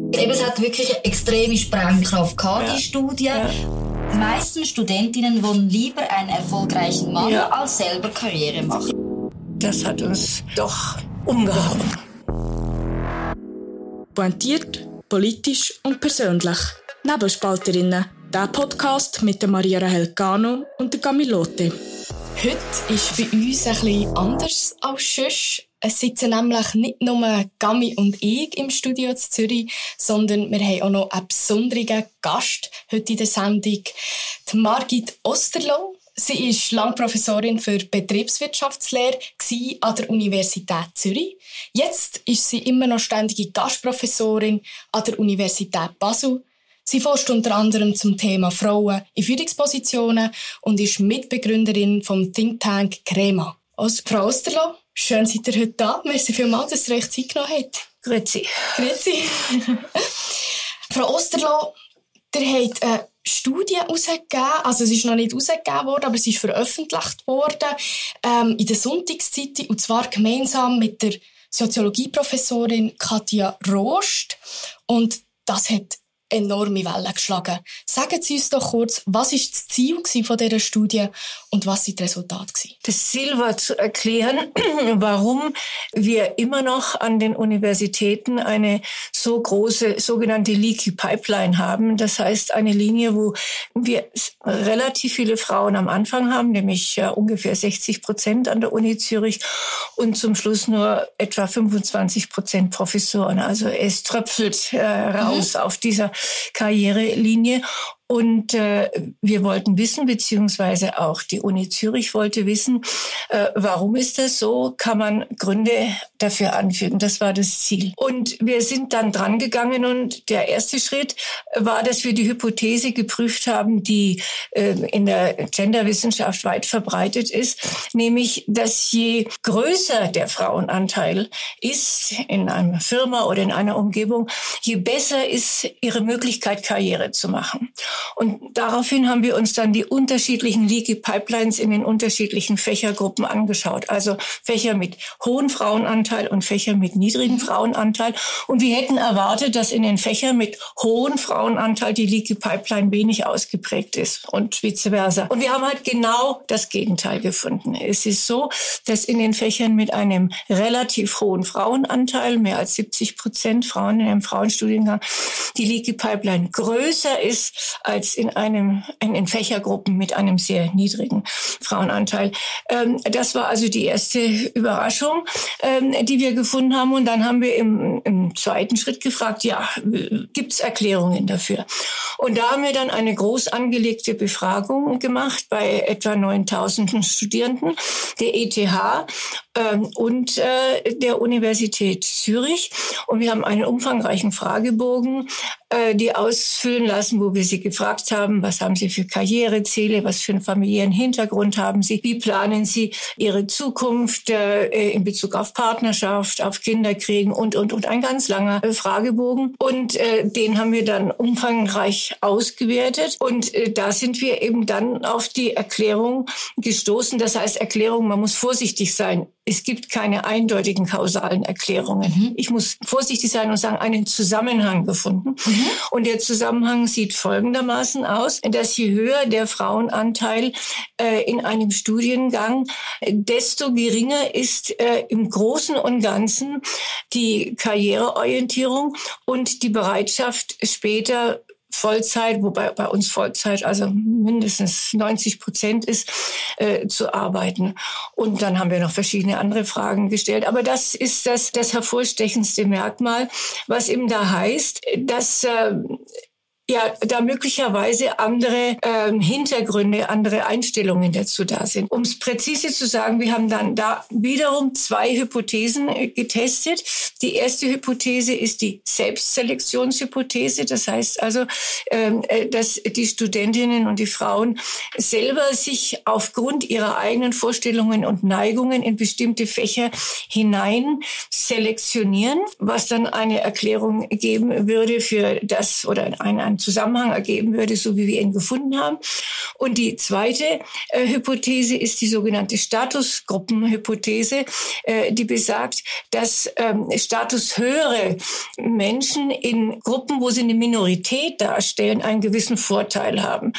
Eben, es hat wirklich eine extreme Sprengkraft gehabt, die Studie. Ja. Die meisten Studentinnen wollen lieber einen erfolgreichen Mann als selber Karriere machen. Das hat uns doch umgehauen. Pointiert, politisch und persönlich. Nebelspalterinnen. Der Podcast mit der Maria Rahel Cano und der Camilote. Heute ist bei uns ein bisschen anders als sonst. Es sitzen nämlich nicht nur Gami und ich im Studio in Zürich, sondern wir haben auch noch einen besonderen Gast heute in der Sendung, die Margit Osterloh. Sie war lange Professorin für Betriebswirtschaftslehre an der Universität Zürich. Jetzt ist sie immer noch ständige Gastprofessorin an der Universität Basel. Sie forscht unter anderem zum Thema Frauen in Führungspositionen und ist Mitbegründerin vom Think Tank CREMA. Also, Frau Osterloh, schön seid ihr heute da. Merci vielmals, dass ihr euch Zeit genommen habt. Grüezi. Grüezi. Frau Osterloh, ihr habt eine Studie herausgegeben, also es ist noch nicht herausgegeben worden, aber es ist veröffentlicht worden in der Sonntagszeitung, und zwar gemeinsam mit der Soziologieprofessorin Katja Rost. Und das hat enorme Wellen geschlagen. Sagen Sie uns doch kurz, was war das Ziel von dieser Studie und was waren die Resultate? Das Ziel war zu erklären, warum wir immer noch an den Universitäten eine so große sogenannte Leaky Pipeline haben. Das heißt, eine Linie, wo wir relativ viele Frauen am Anfang haben, nämlich ungefähr 60% an der Uni Zürich und zum Schluss nur etwa 25% Professoren. Also es tröpfelt raus auf dieser Karrierelinie. Und wir wollten wissen, beziehungsweise auch die Uni Zürich wollte wissen, warum ist das so? Kann man Gründe dafür anfügen? Das war das Ziel. Und wir sind dann dran gegangen und der erste Schritt war, dass wir die Hypothese geprüft haben, die in der Genderwissenschaft weit verbreitet ist, nämlich, dass je größer der Frauenanteil ist in einer Firma oder in einer Umgebung, je besser ist ihre Möglichkeit, Karriere zu machen. Und daraufhin haben wir uns dann die unterschiedlichen Leaky Pipelines in den unterschiedlichen Fächergruppen angeschaut. Also Fächer mit hohem Frauenanteil und Fächer mit niedrigem Frauenanteil. Und wir hätten erwartet, dass in den Fächern mit hohem Frauenanteil die Leaky Pipeline wenig ausgeprägt ist und vice versa. Und wir haben halt genau das Gegenteil gefunden. Es ist so, dass in den Fächern mit einem relativ hohen Frauenanteil, mehr als 70% Frauen in einem Frauenstudiengang, die Leaky Pipeline größer ist als in Fächergruppen mit einem sehr niedrigen Frauenanteil. Das war also die erste Überraschung, die wir gefunden haben. Und dann haben wir im zweiten Schritt gefragt, gibt's Erklärungen dafür? Und da haben wir dann eine groß angelegte Befragung gemacht bei etwa 9.000 Studierenden der ETH und der Universität Zürich. Und wir haben einen umfangreichen Fragebogen, die ausfüllen lassen, wo wir sie gefragt haben, was haben sie für Karriereziele, was für einen familiären Hintergrund haben sie, wie planen sie ihre Zukunft in Bezug auf Partnerschaft, auf Kinderkriegen und ein ganz langer Fragebogen. Und den haben wir dann umfangreich ausgewertet. Und da sind wir eben dann auf die Erklärung gestoßen. Das heißt, Erklärung, man muss vorsichtig sein. Es gibt keine eindeutigen kausalen Erklärungen. Ich muss vorsichtig sein und sagen, einen Zusammenhang gefunden. Und der Zusammenhang sieht folgendermaßen aus, dass je höher der Frauenanteil in einem Studiengang, desto geringer ist im Großen und Ganzen die Karriereorientierung und die Bereitschaft, später Vollzeit, wobei bei uns Vollzeit also mindestens 90% ist, zu arbeiten. Und dann haben wir noch verschiedene andere Fragen gestellt. Aber das ist das hervorstechendste Merkmal, was eben da heißt, dass da möglicherweise andere Hintergründe, andere Einstellungen dazu da sind. Um es präzise zu sagen, wir haben dann da wiederum 2 Hypothesen getestet. Die erste Hypothese ist die Selbstselektionshypothese. Das heißt also, dass die Studentinnen und die Frauen selber sich aufgrund ihrer eigenen Vorstellungen und Neigungen in bestimmte Fächer hinein selektionieren, was dann eine Erklärung geben würde für das oder ein einen Zusammenhang ergeben würde, so wie wir ihn gefunden haben. Und die zweite Hypothese ist die sogenannte Statusgruppenhypothese, die besagt, dass statushöhere Menschen in Gruppen, wo sie eine Minorität darstellen, einen gewissen Vorteil haben.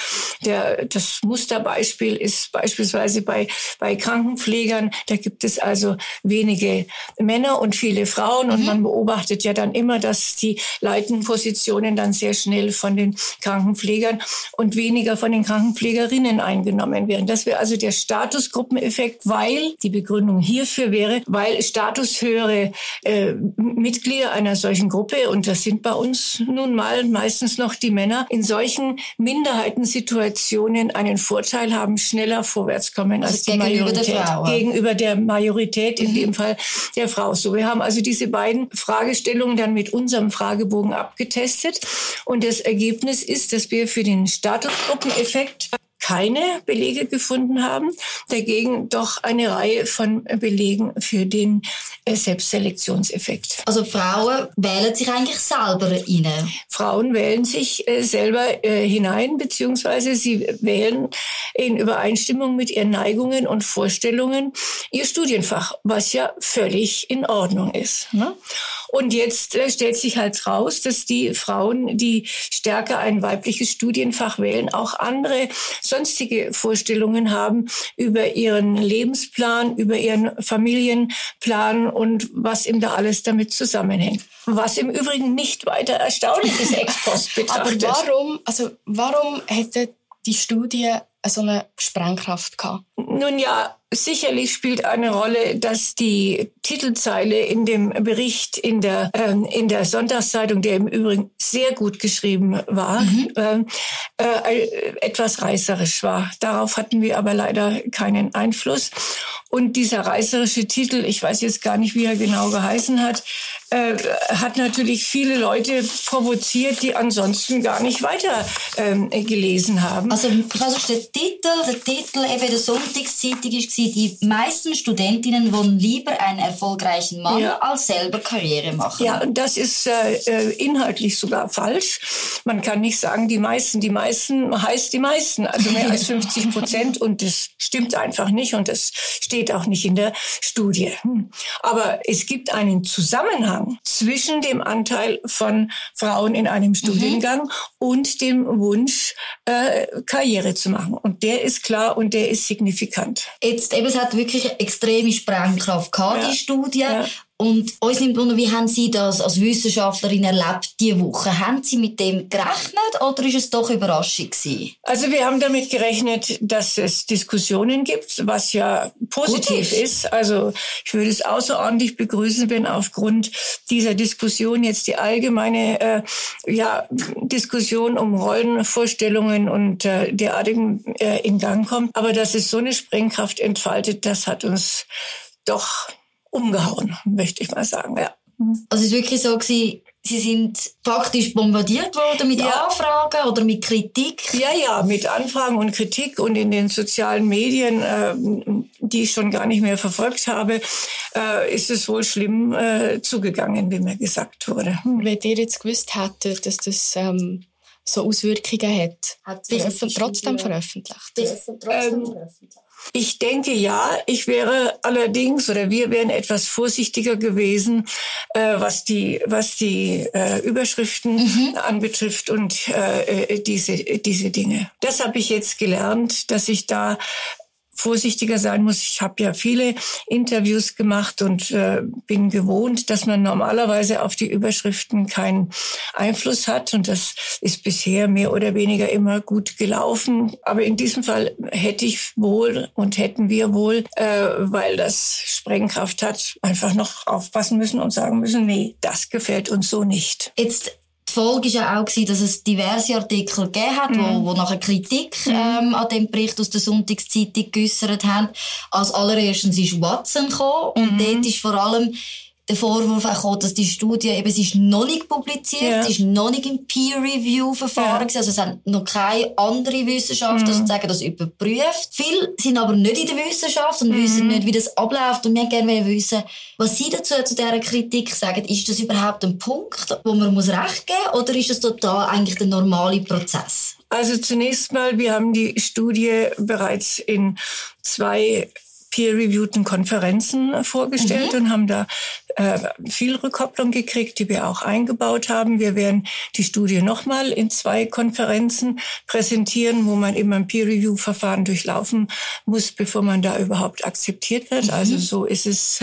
Das Musterbeispiel ist beispielsweise bei Krankenpflegern. Da gibt es also wenige Männer und viele Frauen. Und man beobachtet ja dann immer, dass die leitenden Positionen dann sehr schnell von den Krankenpflegern und weniger von den Krankenpflegerinnen eingenommen werden. Das wäre also der Statusgruppeneffekt, weil die Begründung hierfür wäre, weil statushöhere Mitglieder einer solchen Gruppe, und das sind bei uns nun mal meistens noch die Männer, in solchen Minderheitensituationen einen Vorteil haben, schneller vorwärts kommen als die Majorität. Gegenüber der Majorität, in dem Fall der Frau. So, wir haben also diese beiden Fragestellungen dann mit unserem Fragebogen abgetestet. Und das Ergebnis ist, dass wir für den Statusgruppeneffekt keine Belege gefunden haben, dagegen doch eine Reihe von Belegen für den Selbstselektionseffekt. Also Frauen wählen sich eigentlich selber rein? Frauen wählen sich selber hinein, beziehungsweise sie wählen in Übereinstimmung mit ihren Neigungen und Vorstellungen ihr Studienfach, was ja völlig in Ordnung ist. Ne? Und jetzt stellt sich halt raus, dass die Frauen, die stärker ein weibliches Studienfach wählen, auch andere sonstige Vorstellungen haben über ihren Lebensplan, über ihren Familienplan und was ihm da alles damit zusammenhängt. Was im Übrigen nicht weiter erstaunlich ist, ex post betrachtet. Aber warum hätte die Studie so eine Sprengkraft gehabt? Nun ja, sicherlich spielt eine Rolle, dass die Titelzeile in dem Bericht in der Sonntagszeitung, der im Übrigen sehr gut geschrieben war, etwas reißerisch war. Darauf hatten wir aber leider keinen Einfluss. Und dieser reißerische Titel, ich weiß jetzt gar nicht, wie er genau geheißen hat, hat natürlich viele Leute provoziert, die ansonsten gar nicht weiter gelesen haben. Also der Titel eben der Sonntagszeitung war, die meisten Studentinnen wollen lieber einen erfolgreichen Mann als selber Karriere machen. Ja, und das ist inhaltlich sogar falsch. Man kann nicht sagen, die meisten. Die meisten heißt die meisten, also mehr als 50%. Und das stimmt einfach nicht und das steht auch nicht in der Studie. Aber es gibt einen Zusammenhang zwischen dem Anteil von Frauen in einem Studiengang und dem Wunsch, Karriere zu machen. Und der ist klar und der ist signifikant. Jetzt eben, es hat wirklich eine extreme Sprengkraft gehabt, die Studie. Ja. Und uns nimmt wunder, wie haben Sie das als Wissenschaftlerin erlebt diese Woche? Haben Sie mit dem gerechnet oder ist es doch Überraschung gewesen? Also wir haben damit gerechnet, dass es Diskussionen gibt, was ja positiv ist. Also ich würde es außerordentlich begrüßen, wenn aufgrund dieser Diskussion jetzt die allgemeine Diskussion um Rollenvorstellungen und derartigen in Gang kommt. Aber dass es so eine Sprengkraft entfaltet, das hat uns doch umgehauen, möchte ich mal sagen, ja. Also es ist wirklich so gewesen, Sie sind faktisch bombardiert worden mit Anfragen oder mit Kritik? Ja, mit Anfragen und Kritik und in den sozialen Medien, die ich schon gar nicht mehr verfolgt habe, ist es wohl schlimm zugegangen, wie mir gesagt wurde. Wenn ihr jetzt gewusst hättet, dass das so Auswirkungen hat trotzdem veröffentlicht? Ich denke ja, ich wäre allerdings oder wir wären etwas vorsichtiger gewesen, was die Überschriften anbetrifft und diese Dinge. Das habe ich jetzt gelernt, dass ich da vorsichtiger sein muss. Ich habe ja viele Interviews gemacht und bin gewohnt, dass man normalerweise auf die Überschriften keinen Einfluss hat. Und das ist bisher mehr oder weniger immer gut gelaufen. Aber in diesem Fall hätten wir wohl, weil das Sprengkraft hat, einfach noch aufpassen müssen und sagen müssen, nee, das gefällt uns so nicht. Jetzt die Folge war ja auch, dass es diverse Artikel gegeben hat, wo nachher Kritik an dem Bericht aus der Sonntagszeitung geäussert haben. Als allererstes ist Watson gekommen und dort ist vor allem der Vorwurf auch gekommen, dass die Studie eben, sie ist noch nicht publiziert, sie ist noch nicht im Peer-Review-Verfahren gewesen, also es haben noch keine andere Wissenschaftler sozusagen das überprüft. Viele sind aber nicht in der Wissenschaft und wissen nicht, wie das abläuft, und wir gerne wissen, was Sie dazu zu dieser Kritik sagen. Ist das überhaupt ein Punkt, wo man recht geben muss, oder ist das total eigentlich der normale Prozess? Also zunächst mal, wir haben die Studie bereits in 2 peer-reviewten Konferenzen vorgestellt und haben da viel Rückkopplung gekriegt, die wir auch eingebaut haben. Wir werden die Studie nochmal in 2 Konferenzen präsentieren, wo man immer ein Peer-Review-Verfahren durchlaufen muss, bevor man da überhaupt akzeptiert wird. Also so ist es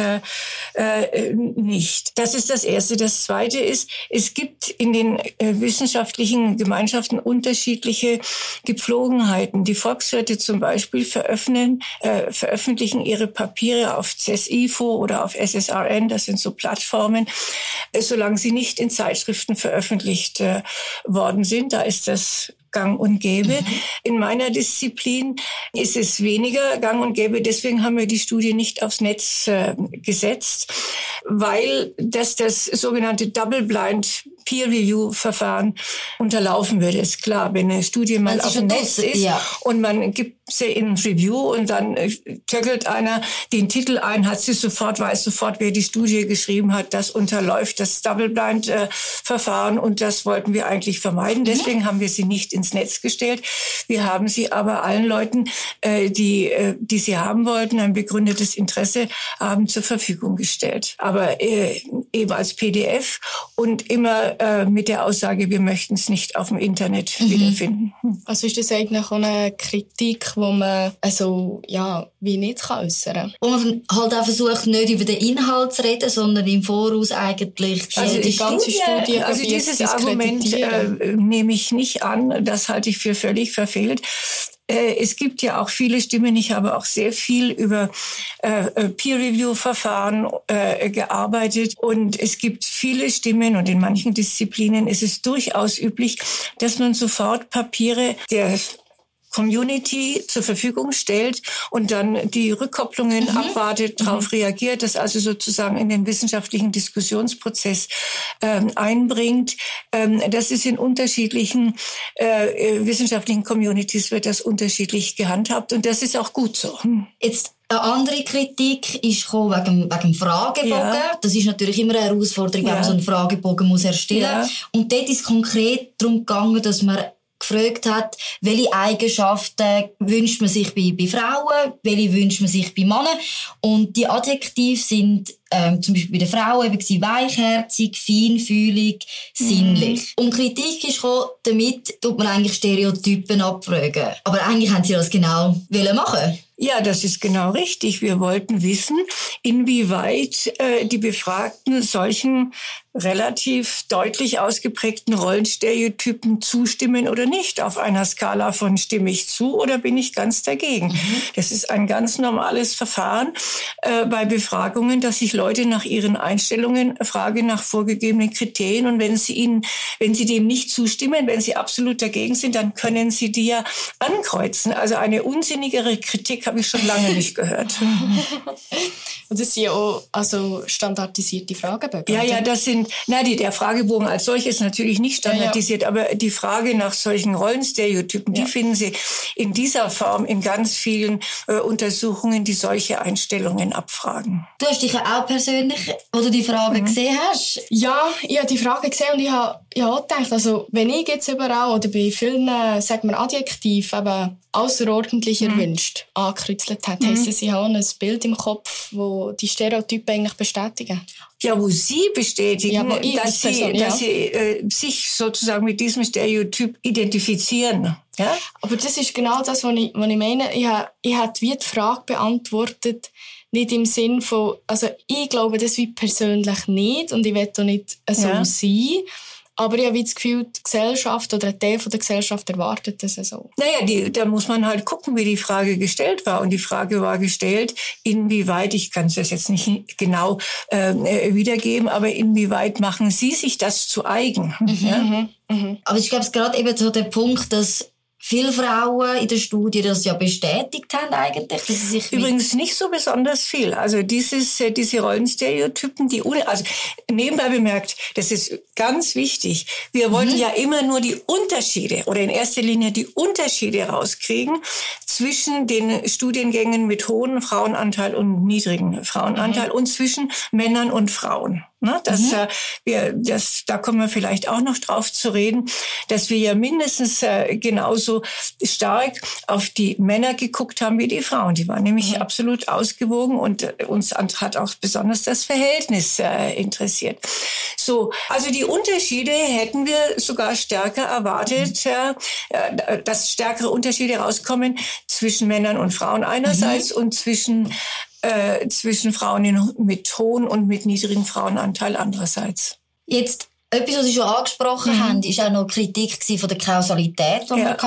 nicht. Das ist das Erste. Das Zweite ist, es gibt in den wissenschaftlichen Gemeinschaften unterschiedliche Gepflogenheiten. Die Volkswirte zum Beispiel veröffentlichen ihre Papiere auf CESIFO oder auf SSRN, das sind so Plattformen, solange sie nicht in Zeitschriften veröffentlicht worden sind. Da ist das gang und gäbe. In meiner Disziplin ist es weniger gang und gäbe. Deswegen haben wir die Studie nicht aufs Netz gesetzt, weil das sogenannte Double-Blind Peer-Review-Verfahren unterlaufen würde. Ist klar, wenn eine Studie mal auf dem Netz ist und man gibt sie in Review und dann töckelt einer den Titel ein, weiß sofort, wer die Studie geschrieben hat. Das unterläuft das Double-Blind-Verfahren und das wollten wir eigentlich vermeiden. Deswegen haben wir sie nicht ins Netz gestellt. Wir haben sie aber allen Leuten, die sie haben wollten, ein begründetes Interesse haben, zur Verfügung gestellt. Aber eben als PDF und immer mit der Aussage, wir möchten es nicht auf dem Internet wiederfinden. Also ist das eigentlich auch eine Kritik, wo man wie nicht äußern kann? Wo man halt auch versucht, nicht über den Inhalt zu reden, sondern im Voraus eigentlich die ganze Studie. Also dieses Argument nehme ich nicht an. Das halte ich für völlig verfehlt. Es gibt ja auch viele Stimmen. Ich habe auch sehr viel über Peer-Review-Verfahren gearbeitet. Und es gibt viele Stimmen und in manchen Disziplinen ist es durchaus üblich, dass man sofort Papiere der Community zur Verfügung stellt und dann die Rückkopplungen abwartet, darauf reagiert, das also sozusagen in den wissenschaftlichen Diskussionsprozess einbringt. Das ist in unterschiedlichen wissenschaftlichen Communities wird das unterschiedlich gehandhabt und das ist auch gut so. Jetzt eine andere Kritik ist gekommen wegen Fragebogen. Ja. Das ist natürlich immer eine Herausforderung, wenn man so einen Fragebogen muss erstellen muss. Ja. Und dort ist es konkret darum gegangen, dass man gefragt hat, welche Eigenschaften wünscht man sich bei Frauen, welche wünscht man sich bei Männern. Und die Adjektive sind zum Beispiel bei den Frauen eben weichherzig, feinfühlig, sinnlich. Und Kritik ist gekommen, damit tut man eigentlich Stereotypen abfragen. Aber eigentlich haben sie das genau machen. Ja, das ist genau richtig. Wir wollten wissen, inwieweit die Befragten solchen relativ deutlich ausgeprägten Rollenstereotypen zustimmen oder nicht. Auf einer Skala von stimme ich zu oder bin ich ganz dagegen. Das ist ein ganz normales Verfahren bei Befragungen, dass ich Leute nach ihren Einstellungen frage, nach vorgegebenen Kriterien. Und wenn sie dem nicht zustimmen, wenn sie absolut dagegen sind, dann können sie die ja ankreuzen. Also eine unsinnigere Kritik habe ich schon lange nicht gehört. Und das sind ja auch standardisierte Fragebögen. Ja, das sind, der Fragebogen als solches ist natürlich nicht standardisiert, aber die Frage nach solchen Rollenstereotypen, die finden Sie in dieser Form in ganz vielen Untersuchungen, die solche Einstellungen abfragen. Du hast dich ja auch persönlich, wo du die Frage gesehen hast? Ja, ich habe die Frage gesehen und ich habe auch gedacht, also wenn ich jetzt überall oder bei vielen, sagen wir Adjektiv, eben außerordentlich erwünscht angekritzelt hat, heisst es, ich habe ein Bild im Kopf, wo die Stereotypen eigentlich bestätigen. Ja, wo Sie bestätigen, dass Sie sich sozusagen mit diesem Stereotyp identifizieren. Ja? Aber das ist genau das, was ich meine. Ich habe wie die Frage beantwortet, nicht im Sinn von, also ich glaube das wie persönlich nicht und ich will auch nicht so sein. Aber ich habe das Gefühl, die Gesellschaft oder ein Teil der Gesellschaft erwartet das so. Da muss man halt gucken, wie die Frage gestellt war. Und die Frage war gestellt, inwieweit, ich kann es jetzt nicht genau wiedergeben, aber inwieweit machen Sie sich das zu eigen? Aber ich glaube, es ist gerade eben so der Punkt, dass viele Frauen in der Studie das ja bestätigt haben eigentlich, dass sie sich... Übrigens nicht so besonders viel. Also diese Rollenstereotypen, also nebenbei bemerkt, das ist ganz wichtig. Wir wollten ja immer nur die Unterschiede oder in erster Linie die Unterschiede rauskriegen zwischen den Studiengängen mit hohem Frauenanteil und niedrigen Frauenanteil und zwischen Männern und Frauen. Ne, da kommen wir vielleicht auch noch drauf zu reden, dass wir ja mindestens genauso stark auf die Männer geguckt haben wie die Frauen. Die waren nämlich absolut ausgewogen und uns hat auch besonders das Verhältnis interessiert. So, also die Unterschiede hätten wir sogar stärker erwartet, dass stärkere Unterschiede rauskommen zwischen Männern und Frauen einerseits und zwischen Frauen mit hohen und mit niedrigem Frauenanteil andererseits. Jetzt, etwas, was Sie schon angesprochen haben, ist auch noch Kritik von der Kausalität, die man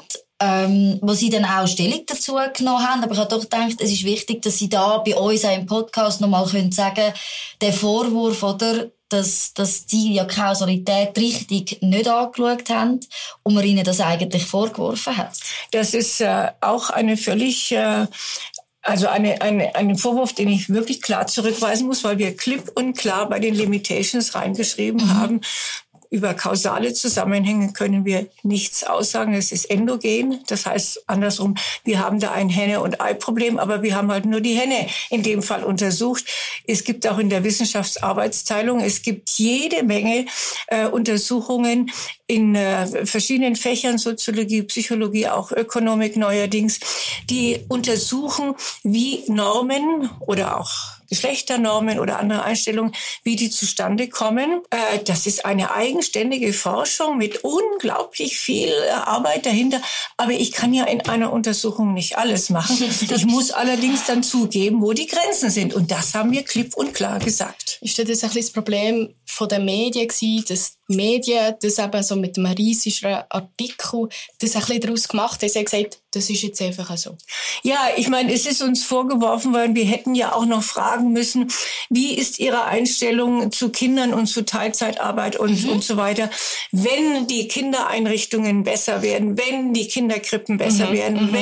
hatte, wo Sie dann auch Stellung dazu genommen haben. Aber ich habe doch gedacht, es ist wichtig, dass Sie da bei uns auch im Podcast nochmal sagen können, der Vorwurf, oder, dass Sie ja Kausalität richtig nicht angeschaut haben und man Ihnen das eigentlich vorgeworfen hat. Das ist auch eine völlig... Also einen Vorwurf, den ich wirklich klar zurückweisen muss, weil wir klipp und klar bei den Limitations reingeschrieben haben. Über kausale Zusammenhänge können wir nichts aussagen. Es ist endogen. Das heißt andersrum, wir haben da ein Henne- und Ei-Problem, aber wir haben halt nur die Henne in dem Fall untersucht. Es gibt auch in der Wissenschaftsarbeitsteilung, es gibt jede Menge Untersuchungen in verschiedenen Fächern, Soziologie, Psychologie, auch Ökonomik neuerdings, die untersuchen, wie Normen oder auch Geschlechternormen oder andere Einstellungen, wie die zustande kommen. Das ist eine eigenständige Forschung mit unglaublich viel Arbeit dahinter. Aber ich kann ja in einer Untersuchung nicht alles machen. Ich muss allerdings dann zugeben, wo die Grenzen sind. Und das haben wir klipp und klar gesagt. Ist das ein bisschen das Problem von den Medien gewesen, dass die Medien das eben so mit einem riesigen Artikel das ein bisschen daraus gemacht haben? Sie haben gesagt, das ist jetzt einfach so. Ja, ich meine, es ist uns vorgeworfen worden, wir hätten ja auch noch fragen müssen, wie ist Ihre Einstellung zu Kindern und zu Teilzeitarbeit und so weiter, wenn die Kindereinrichtungen besser werden, wenn die Kinderkrippen besser werden,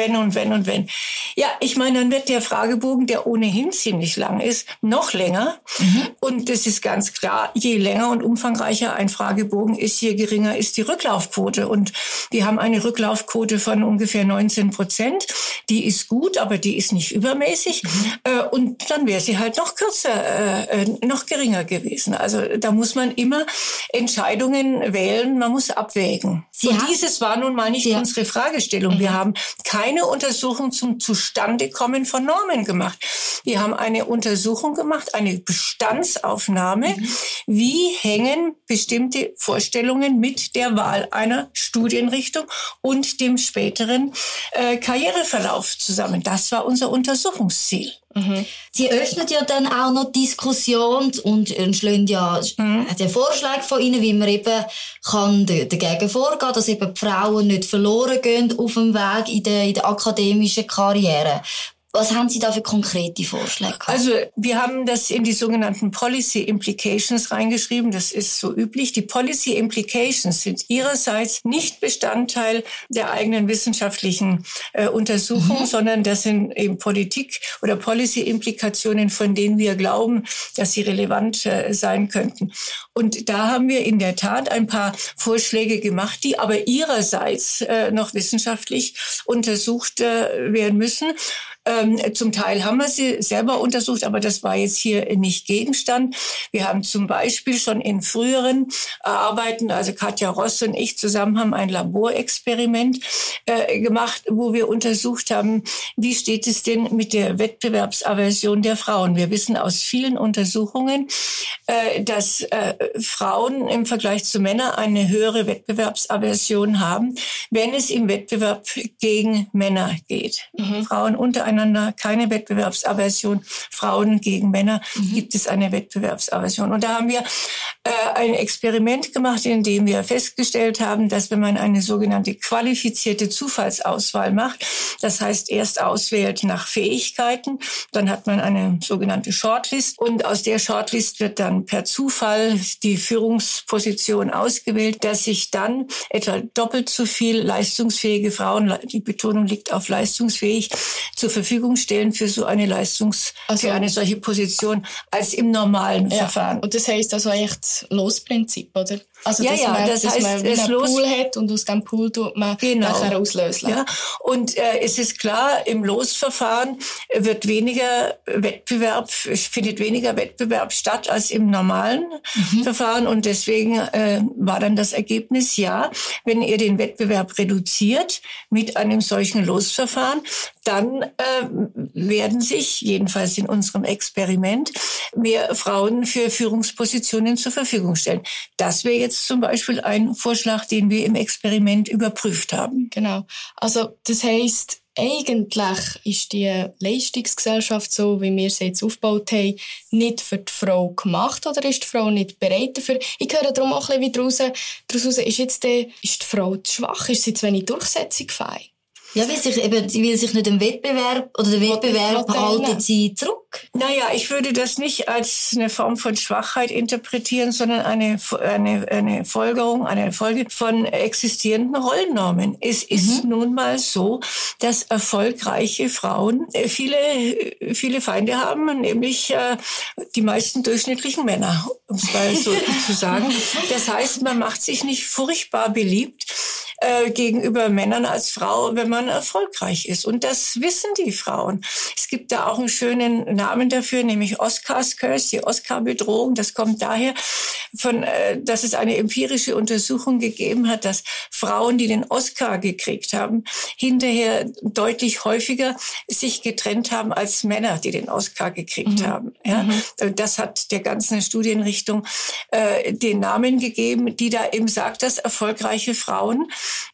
wenn. Ja, ich meine, dann wird der Fragebogen, der ohnehin ziemlich lang ist, noch länger. Und das ist ganz klar, je länger und umfangreicher ein Fragebogen ist, je geringer ist die Rücklaufquote. Und wir haben eine Rücklaufquote von ungefähr 19%. Die ist gut, aber die ist nicht übermäßig. Und dann wäre sie halt noch kürzer, noch geringer gewesen. Also da muss man immer Entscheidungen wählen, man muss abwägen. Und dieses war nun mal nicht unsere Fragestellung. Wir haben keine Untersuchung zum Zustandekommen von Normen gemacht. Wir haben eine Untersuchung gemacht, eine Bestandsaufnahme. Wie hängen bestimmte Vorstellungen mit der Wahl einer Studienrichtung und dem späteren Karriereverlauf zusammen? Das war unser Untersuchungsziel. Sie öffnet ja dann auch noch Diskussion und schlagen ja den Vorschlag von Ihnen, wie man eben kann dagegen vorgehen, dass eben die Frauen nicht verloren gehen auf dem Weg in der akademischen Karriere. Was haben Sie da für konkrete Vorschläge? Also wir haben das in die sogenannten Policy Implications reingeschrieben. Das ist so üblich. Die Policy Implications sind ihrerseits nicht Bestandteil der eigenen wissenschaftlichen Untersuchung, sondern das sind eben Politik- oder Policy-Implikationen, von denen wir glauben, dass sie relevant sein könnten. Und da haben wir in der Tat ein paar Vorschläge gemacht, die aber ihrerseits noch wissenschaftlich untersucht werden müssen. Zum Teil haben wir sie selber untersucht, aber das war jetzt hier nicht Gegenstand. Wir haben zum Beispiel schon in früheren Arbeiten, also Katja Ross und ich zusammen haben ein Laborexperiment gemacht, wo wir untersucht haben, wie steht es denn mit der Wettbewerbsaversion der Frauen. Wir wissen aus vielen Untersuchungen, dass Frauen im Vergleich zu Männern eine höhere Wettbewerbsaversion haben, wenn es im Wettbewerb gegen Männer geht. Frauen untereinander untereinander keine Wettbewerbsaversion. Frauen gegen Männer gibt es eine Wettbewerbsaversion. Und da haben wir ein Experiment gemacht, in dem wir festgestellt haben, dass wenn man eine sogenannte qualifizierte Zufallsauswahl macht, das heißt erst auswählt nach Fähigkeiten, dann hat man eine sogenannte Shortlist und aus der Shortlist wird dann per Zufall die Führungsposition ausgewählt, dass sich dann etwa doppelt so viel leistungsfähige Frauen, die Betonung liegt auf leistungsfähig, zur Verfügung stellen für so eine für eine solche Position als im normalen Verfahren. Und das heisst also echt Losprinzip, oder? Also, das heißt, man einen Pool hat und aus dem Pool tut man nachher auslösen. Ja. Und es ist klar, im Losverfahren findet weniger Wettbewerb statt als im normalen Verfahren. Und deswegen war dann das Ergebnis, wenn ihr den Wettbewerb reduziert mit einem solchen Losverfahren, dann werden sich, jedenfalls in unserem Experiment, mehr Frauen für Führungspositionen zur Verfügung stellen. Das wäre jetzt zum Beispiel ein Vorschlag, den wir im Experiment überprüft haben. Genau. Also das heisst, eigentlich ist die Leistungsgesellschaft, so wie wir sie jetzt aufgebaut haben, nicht für die Frau gemacht, oder ist die Frau nicht bereit dafür? Ich höre darum auch ein bisschen daraus, ist die Frau zu schwach? Ist sie zu wenig durchsetzungsfähig? Ja, weil sich nicht im Wettbewerb oder der Wettbewerb halten sie zurück. Naja, ich würde das nicht als eine Form von Schwachheit interpretieren, sondern eine Folgerung, eine Folge von existierenden Rollennormen. Es ist nun mal so, dass erfolgreiche Frauen viele Feinde haben, nämlich die meisten durchschnittlichen Männer, um es mal so zu sagen. Das heißt, man macht sich nicht furchtbar beliebt gegenüber Männern als Frau, wenn man erfolgreich ist. Und das wissen die Frauen. Es gibt da auch einen schönen Namen dafür, nämlich Oscar's Curse, die Oscar-Bedrohung. Das kommt daher, dass es eine empirische Untersuchung gegeben hat, dass Frauen, die den Oscar gekriegt haben, hinterher deutlich häufiger sich getrennt haben als Männer, die den Oscar gekriegt haben. Ja? Das hat der ganzen Studienrichtung den Namen gegeben, die da eben sagt, dass erfolgreiche Frauen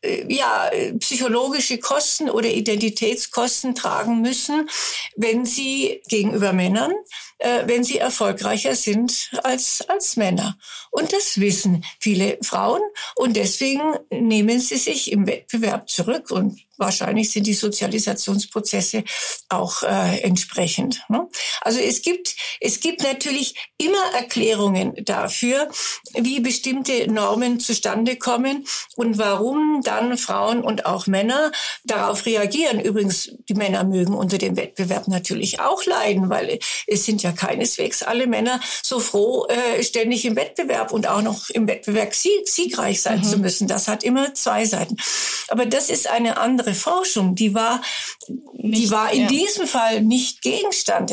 psychologische Kosten oder Identitätskosten tragen müssen, wenn sie gegenüber Männern, wenn sie erfolgreicher sind als Männer. Und das wissen viele Frauen und deswegen nehmen sie sich im Wettbewerb zurück und wahrscheinlich sind die Sozialisationsprozesse auch entsprechend. Ne? Also es gibt natürlich immer Erklärungen dafür, wie bestimmte Normen zustande kommen und warum dann Frauen und auch Männer darauf reagieren. Übrigens, die Männer mögen unter dem Wettbewerb natürlich auch leiden, weil es sind ja keineswegs alle Männer so froh, ständig im Wettbewerb und auch noch im Wettbewerb siegreich sein zu müssen. Das hat immer zwei Seiten. Aber das ist eine andere Forschung, die war in diesem Fall nicht Gegenstand.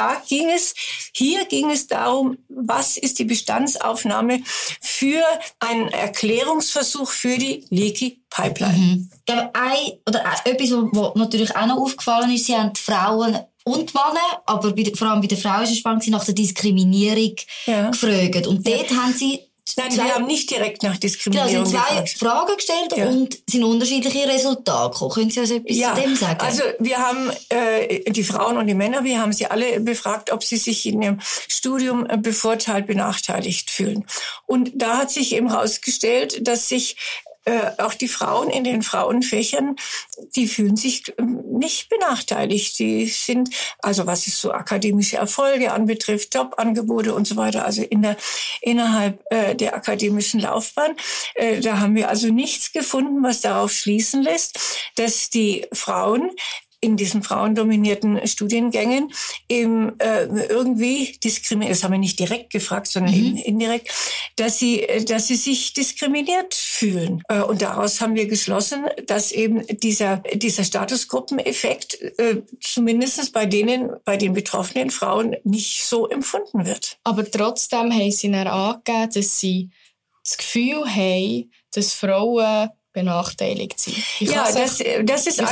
Hier ging es darum, was ist die Bestandsaufnahme für einen Erklärungsversuch für die Leaky Pipeline. Etwas, was natürlich auch noch aufgefallen ist, sie haben die Frauen und Männer, aber vor allem bei den Frauen ist es spannend, sie nach der Diskriminierung gefragt. Und dort haben sie wir haben nicht direkt nach Diskriminierung gefragt. Sie haben zwei Fragen gestellt und sind unterschiedliche Resultate gekommen. Können Sie also etwas zu dem sagen? Also wir haben die Frauen und die Männer, wir haben sie alle befragt, ob sie sich in ihrem Studium benachteiligt fühlen. Und da hat sich eben herausgestellt, dass sich auch die Frauen in den Frauenfächern, die fühlen sich nicht benachteiligt. Die sind, also was es so akademische Erfolge anbetrifft, Jobangebote und so weiter, also innerhalb der akademischen Laufbahn, da haben wir also nichts gefunden, was darauf schließen lässt, dass die Frauen in diesen frauendominierten Studiengängen eben irgendwie diskriminiert, das haben wir nicht direkt gefragt, sondern eben indirekt, dass sie sich diskriminiert fühlen. Und daraus haben wir geschlossen, dass eben dieser Statusgruppeneffekt zumindest bei den betroffenen Frauen nicht so empfunden wird. Aber trotzdem haben sie dann angegeben, dass sie das Gefühl haben, dass Frauen benachteiligt sind. Das ist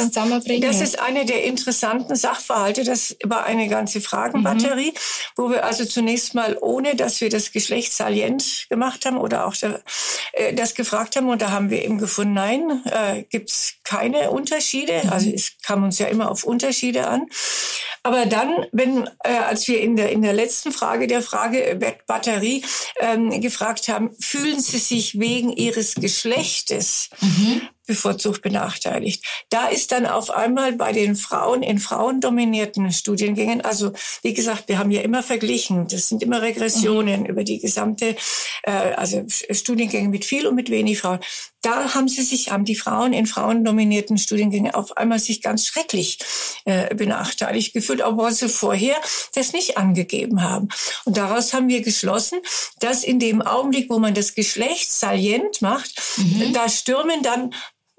eine der interessanten Sachverhalte. Das war eine ganze Fragenbatterie, wo wir also zunächst mal, ohne dass wir das Geschlecht salient gemacht haben oder auch das gefragt haben, und da haben wir eben gefunden, nein, gibt's keine Unterschiede. Also es kam uns ja immer auf Unterschiede an. Aber dann, als wir in der letzten Frage der Fragebatterie gefragt haben, fühlen Sie sich wegen Ihres Geschlechtes bevorzugt benachteiligt. Da ist dann auf einmal bei den Frauen in frauendominierten Studiengängen, also wie gesagt, wir haben ja immer verglichen, das sind immer Regressionen über die gesamte, also Studiengänge mit viel und mit wenig Frauen. Da haben die Frauen in frauendominierten Studiengängen auf einmal sich ganz schrecklich benachteiligt gefühlt, obwohl sie vorher das nicht angegeben haben. Und daraus haben wir geschlossen, dass in dem Augenblick, wo man das Geschlecht salient macht, da stürmen dann,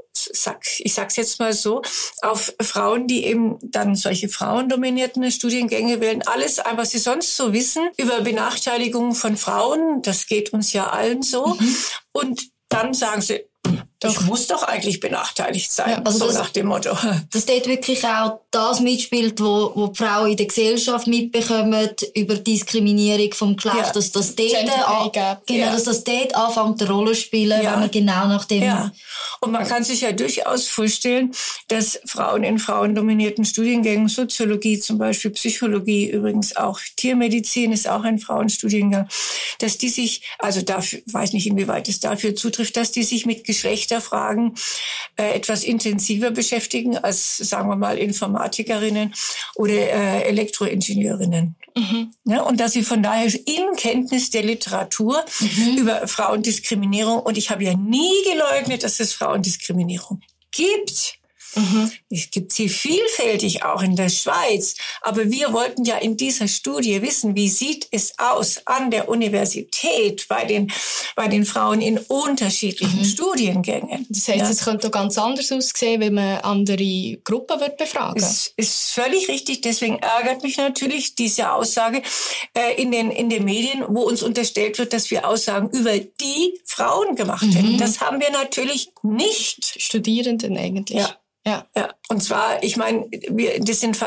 ich sag's jetzt mal so, auf Frauen, die eben dann solche frauendominierten Studiengänge wählen, alles, was sie sonst so wissen über Benachteiligung von Frauen, das geht uns ja allen so. Und dann sagen sie, ich muss doch eigentlich benachteiligt sein, ja, also so nach dem Motto. Dass dort wirklich auch das mitspielt, wo die Frauen in der Gesellschaft mitbekommen über Diskriminierung vom Geschlecht, dass das dort dass das dort anfängt eine Rolle zu spielen, wenn man genau nach dem... Ja. Und man kann sich ja durchaus vorstellen, dass Frauen in frauendominierten Studiengängen, Soziologie zum Beispiel, Psychologie, übrigens auch Tiermedizin ist auch ein Frauenstudiengang, dass die sich, also dafür, weiß nicht, inwieweit es dafür zutrifft, dass die sich mit Geschlechterfragen etwas intensiver beschäftigen als, sagen wir mal, Informatikerinnen oder Elektroingenieurinnen. Ja, und dass sie von daher in Kenntnis der Literatur über Frauendiskriminierung, und ich habe ja nie geleugnet, dass es Frauendiskriminierung gibt. Es gibt sie vielfältig auch in der Schweiz. Aber wir wollten ja in dieser Studie wissen, wie sieht es aus an der Universität bei den Frauen in unterschiedlichen Studiengängen. Das heißt, es könnte auch ganz anders aussehen, wenn man andere Gruppen wird befragen. Es ist völlig richtig. Deswegen ärgert mich natürlich diese Aussage in den Medien, wo uns unterstellt wird, dass wir Aussagen über die Frauen gemacht hätten. Das haben wir natürlich nicht. Studierenden eigentlich. Ja. Und zwar, ich meine, das sind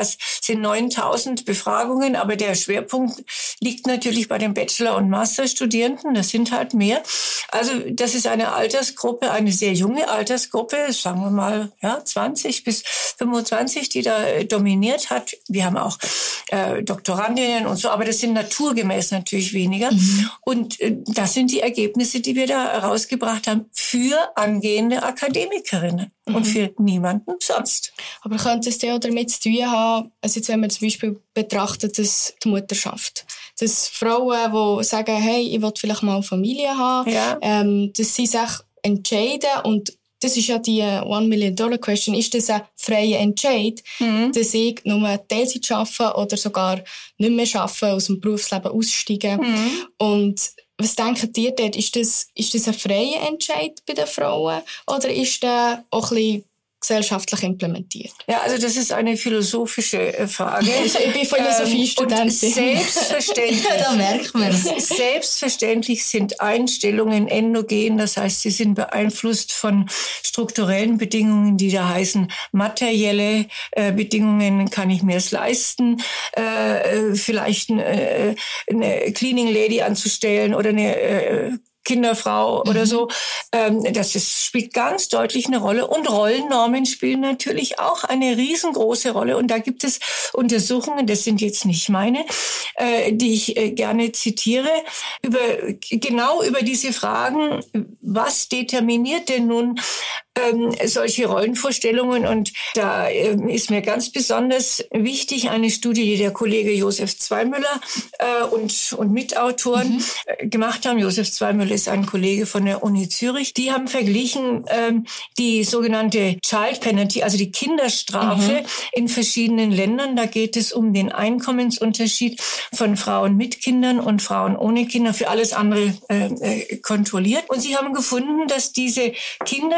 9.000 Befragungen, aber der Schwerpunkt liegt natürlich bei den Bachelor- und Masterstudierenden. Das sind halt mehr. Also das ist eine Altersgruppe, eine sehr junge Altersgruppe, sagen wir mal 20 bis 25, die da dominiert hat. Wir haben auch Doktorandinnen und so, aber das sind naturgemäß natürlich weniger. Und das sind die Ergebnisse, die wir da herausgebracht haben für angehende Akademikerinnen und für niemanden sonst. Aber könnte es ja auch damit zu tun haben, also jetzt, wenn man zum Beispiel betrachtet, dass die Mutterschaft, dass Frauen, die sagen, hey, ich will vielleicht mal eine Familie haben, dass sie sich entscheiden, und das ist ja die $1-Million-Question, ist das ein freier Entscheid, dass ich nur Teilzeit arbeite oder sogar nicht mehr arbeite, aus dem Berufsleben aussteigen. Und was denkt ihr dort? Ist das ein freier Entscheid bei den Frauen oder ist der auch ein bisschen gesellschaftlich implementiert? Ja, also das ist eine philosophische Frage. Ich bin Philosophiestudentin. Selbstverständlich, da merkt man es. Selbstverständlich sind Einstellungen endogen, das heißt, sie sind beeinflusst von strukturellen Bedingungen, die da heißen materielle Bedingungen, kann ich mir es leisten, vielleicht eine Cleaning Lady anzustellen oder eine Kinderfrau oder so. Spielt ganz deutlich eine Rolle. Und Rollennormen spielen natürlich auch eine riesengroße Rolle. Und da gibt es Untersuchungen, das sind jetzt nicht meine, die ich gerne zitiere, genau über diese Fragen, was determiniert denn nun solche Rollenvorstellungen. Und da ist mir ganz besonders wichtig eine Studie, die der Kollege Josef Zweimüller und Mitautoren gemacht haben. Josef Zweimüller ist ein Kollege von der Uni Zürich. Die haben verglichen die sogenannte Child Penalty, also die Kinderstrafe in verschiedenen Ländern. Da geht es um den Einkommensunterschied von Frauen mit Kindern und Frauen ohne Kinder, für alles andere kontrolliert. Und sie haben gefunden, dass diese Kinderstrafe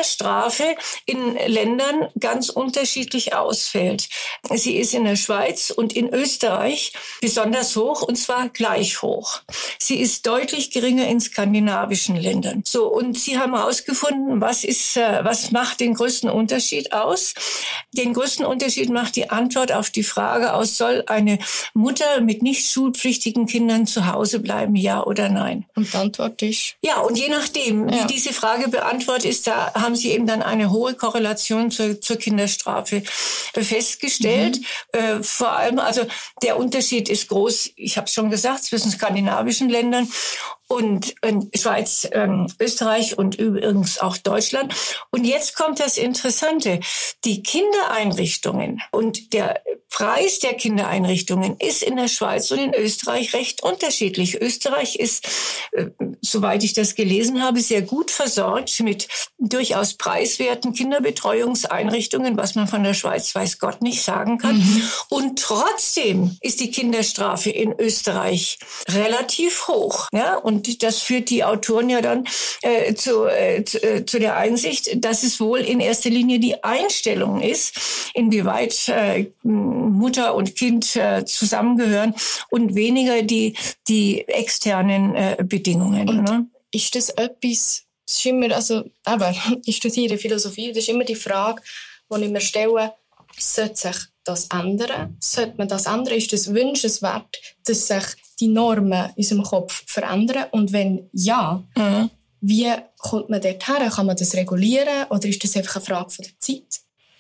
Kinderstrafe in Ländern ganz unterschiedlich ausfällt. Sie ist in der Schweiz und in Österreich besonders hoch, und zwar gleich hoch. Sie ist deutlich geringer in skandinavischen Ländern. So, und Sie haben herausgefunden, was macht den größten Unterschied aus? Den größten Unterschied macht die Antwort auf die Frage aus, soll eine Mutter mit nicht schulpflichtigen Kindern zu Hause bleiben, ja oder nein? Und die Antwort ist? Ja, und je nachdem, wie diese Frage beantwortet ist, da haben Sie eben dann eine hohe Korrelation zur Kinderstrafe festgestellt. Vor allem, also der Unterschied ist groß, ich habe es schon gesagt, zwischen skandinavischen Ländern und Schweiz, Österreich und übrigens auch Deutschland. Und jetzt kommt das Interessante. Die Kindereinrichtungen und der Preis der Kindereinrichtungen ist in der Schweiz und in Österreich recht unterschiedlich. Österreich ist, soweit ich das gelesen habe, sehr gut versorgt mit durchaus preiswerten Kinderbetreuungseinrichtungen, was man von der Schweiz weiß Gott nicht sagen kann. Und trotzdem ist die Kinderstrafe in Österreich relativ hoch. Ja? Und das führt die Autoren ja dann zu der Einsicht, dass es wohl in erster Linie die Einstellung ist, inwieweit Mutter und Kind zusammengehören und weniger die externen Bedingungen. Und ne? Ist das etwas, das ist immer, ich studiere Philosophie, das ist immer die Frage, die ich mir stelle, sollte sich das ändern? Sollte man das ändern? Ist das wünschenswert, dass sich die Normen in unserem Kopf verändern? Und wenn ja, wie kommt man dorthin? Kann man das regulieren oder ist das einfach eine Frage von der Zeit?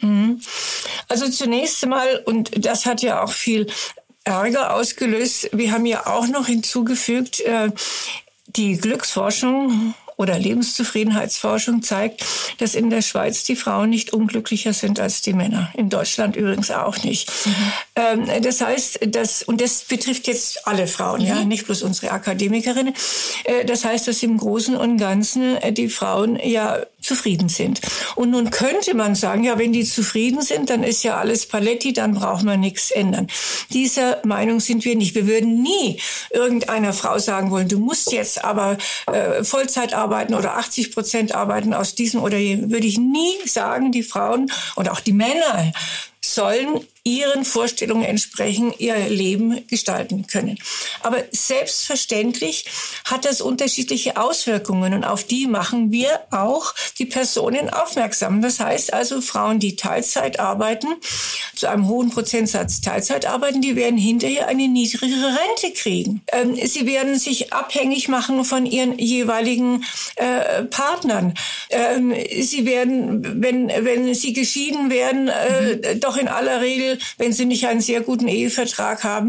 Also zunächst einmal, und das hat ja auch viel Ärger ausgelöst, wir haben ja auch noch hinzugefügt, die Glücksforschung oder Lebenszufriedenheitsforschung zeigt, dass in der Schweiz die Frauen nicht unglücklicher sind als die Männer. In Deutschland übrigens auch nicht. Das heißt, und das betrifft jetzt alle Frauen, ja, nicht bloß unsere Akademikerinnen. Das heißt, dass im Großen und Ganzen die Frauen ja zufrieden sind. Und nun könnte man sagen, ja, wenn die zufrieden sind, dann ist ja alles Paletti, dann braucht man nichts ändern. Dieser Meinung sind wir nicht. Wir würden nie irgendeiner Frau sagen wollen, du musst jetzt aber Vollzeit arbeiten oder 80% arbeiten aus diesem oder jenem. Würde ich nie sagen, die Frauen und auch die Männer sollen ihren Vorstellungen entsprechend ihr Leben gestalten können. Aber selbstverständlich hat das unterschiedliche Auswirkungen und auf die machen wir auch die Personen aufmerksam. Das heißt also, Frauen, die Teilzeit arbeiten, zu einem hohen Prozentsatz Teilzeit arbeiten, die werden hinterher eine niedrigere Rente kriegen. Sie werden sich abhängig machen von ihren jeweiligen Partnern. Sie werden, wenn sie geschieden werden, doch in aller Regel, wenn sie nicht einen sehr guten Ehevertrag haben,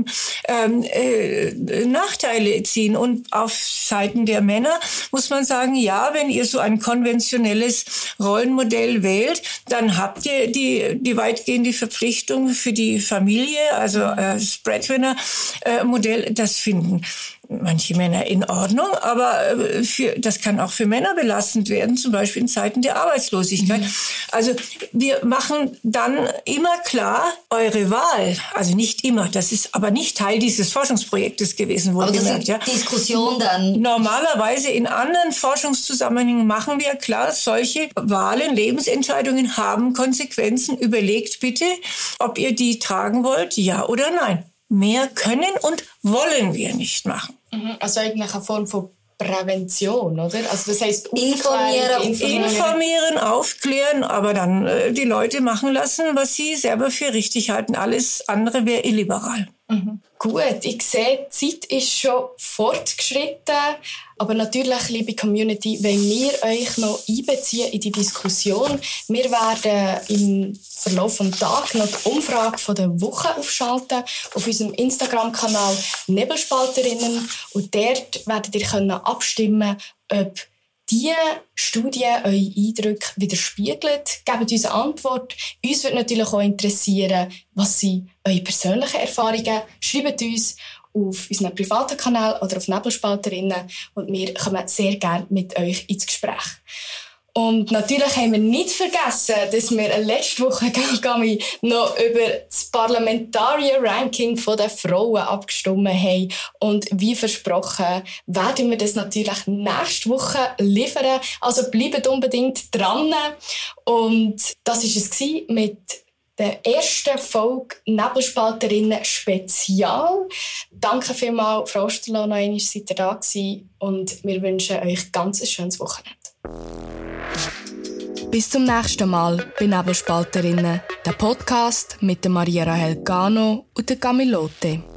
Nachteile ziehen. Und auf Seiten der Männer muss man sagen, ja, wenn ihr so ein konventionelles Rollenmodell wählt, dann habt ihr die weitgehende Verpflichtung für die Familie, also das Breadwinner-Modell, das finden manche Männer in Ordnung, aber das kann auch für Männer belastend werden, zum Beispiel in Zeiten der Arbeitslosigkeit. Also wir machen dann immer klar, eure Wahl, also nicht immer, das ist aber nicht Teil dieses Forschungsprojektes gewesen, wohlgemerkt. Ja. Diskussion dann. Normalerweise in anderen Forschungszusammenhängen machen wir klar, solche Wahlen, Lebensentscheidungen haben Konsequenzen. Überlegt bitte, ob ihr die tragen wollt, ja oder nein. Mehr können und wollen wir nicht machen. Also eigentlich eine Form von Prävention, oder? Also das heisst informieren, aufklären, aber dann die Leute machen lassen, was sie selber für richtig halten. Alles andere wäre illiberal. Gut, ich sehe, die Zeit ist schon fortgeschritten. Aber natürlich, liebe Community, wollen wir euch noch einbeziehen in die Diskussion. Wir werden im Verlauf des Tages noch die Umfrage von der Woche aufschalten auf unserem Instagram-Kanal Nebelspalterinnen. Und dort werdet ihr abstimmen können, ob diese Studie eure Eindrücke widerspiegelt. Gebt uns eine Antwort. Uns würde natürlich auch interessieren, was sind eure persönlichen Erfahrungen. Schreibt uns auf unseren privaten Kanal oder auf Nebelspalterinnen und wir kommen sehr gerne mit euch ins Gespräch. Und natürlich haben wir nicht vergessen, dass wir letzte Woche noch über das Parlamentarier-Ranking der Frauen abgestimmt haben. Und wie versprochen, werden wir das natürlich nächste Woche liefern. Also bleibt unbedingt dran. Und das war es mit der ersten Folge Nebelspalterinnen Spezial. Danke vielmals, Frau Osterloh, noch einmal seid ihr da gewesen. Und wir wünschen euch ganz ein schönes Wochenende. Bis zum nächsten Mal bei Nebelspalterinnen, der Podcast mit der Maria Rahel Gano und der Camilote.